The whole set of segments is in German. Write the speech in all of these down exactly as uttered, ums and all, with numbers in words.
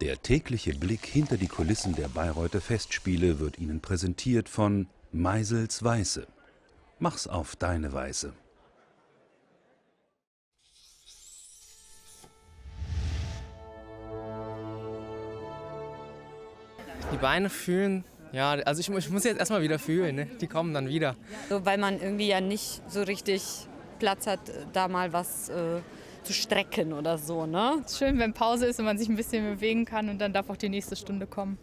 Der tägliche Blick hinter die Kulissen der Bayreuther Festspiele wird Ihnen präsentiert von Meisels Weiße. Mach's auf deine Weise. Die Beine fühlen, ja, also ich, ich muss jetzt erstmal wieder fühlen, ne? Die kommen dann wieder. So, weil man irgendwie ja nicht so richtig Platz hat, da mal was äh, zu strecken oder so, ne? Es ist schön, wenn Pause ist und man sich ein bisschen bewegen kann und dann darf auch die nächste Stunde kommen.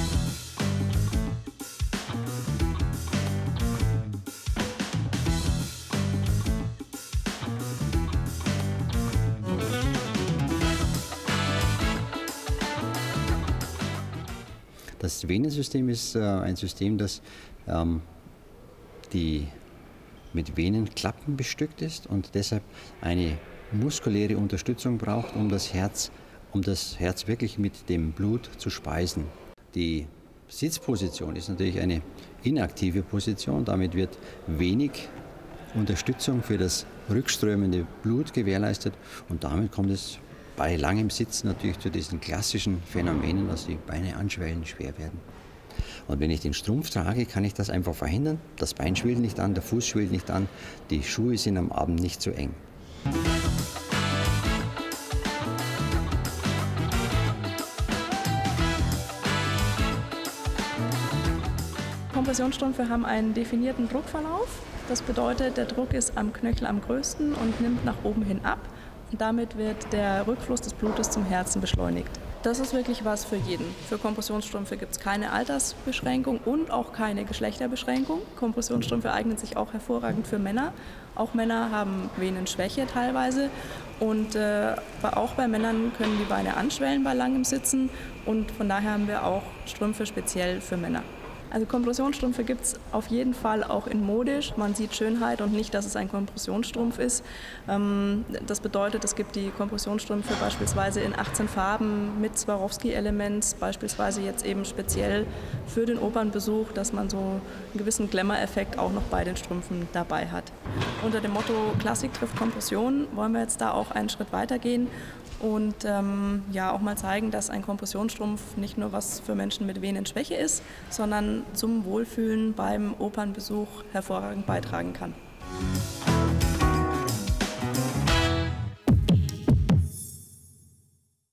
Das Venensystem ist äh, ein System, das ähm, die mit Venenklappen bestückt ist und deshalb eine muskuläre Unterstützung braucht, um das Herz, um das Herz wirklich mit dem Blut zu speisen. Die Sitzposition ist natürlich eine inaktive Position, damit wird wenig Unterstützung für das rückströmende Blut gewährleistet und damit kommt es bei langem Sitzen natürlich zu diesen klassischen Phänomenen, dass die Beine anschwellen, schwer werden. Und wenn ich den Strumpf trage, kann ich das einfach verhindern. Das Bein schwillt nicht an, der Fuß schwillt nicht an, die Schuhe sind am Abend nicht zu eng. Kompressionsstrümpfe haben einen definierten Druckverlauf. Das bedeutet, der Druck ist am Knöchel am größten und nimmt nach oben hin ab. Und damit wird der Rückfluss des Blutes zum Herzen beschleunigt. Das ist wirklich was für jeden. Für Kompressionsstrümpfe gibt es keine Altersbeschränkung und auch keine Geschlechterbeschränkung. Kompressionsstrümpfe eignen sich auch hervorragend für Männer. Auch Männer haben Venenschwäche teilweise. Und äh, auch bei Männern können die Beine anschwellen bei langem Sitzen. Und von daher haben wir auch Strümpfe speziell für Männer. Also Kompressionsstrümpfe gibt es auf jeden Fall auch in modisch. Man sieht Schönheit und nicht, dass es ein Kompressionsstrumpf ist. Das bedeutet, es gibt die Kompressionsstrümpfe beispielsweise in achtzehn Farben mit Swarovski-Element, beispielsweise jetzt eben speziell für den Opernbesuch, dass man so einen gewissen Glamour-Effekt auch noch bei den Strümpfen dabei hat. Unter dem Motto Klassik trifft Kompression wollen wir jetzt da auch einen Schritt weiter gehen und ähm, ja auch mal zeigen, dass ein Kompressionsstrumpf nicht nur was für Menschen mit Venenschwäche ist, sondern zum Wohlfühlen beim Opernbesuch hervorragend beitragen kann.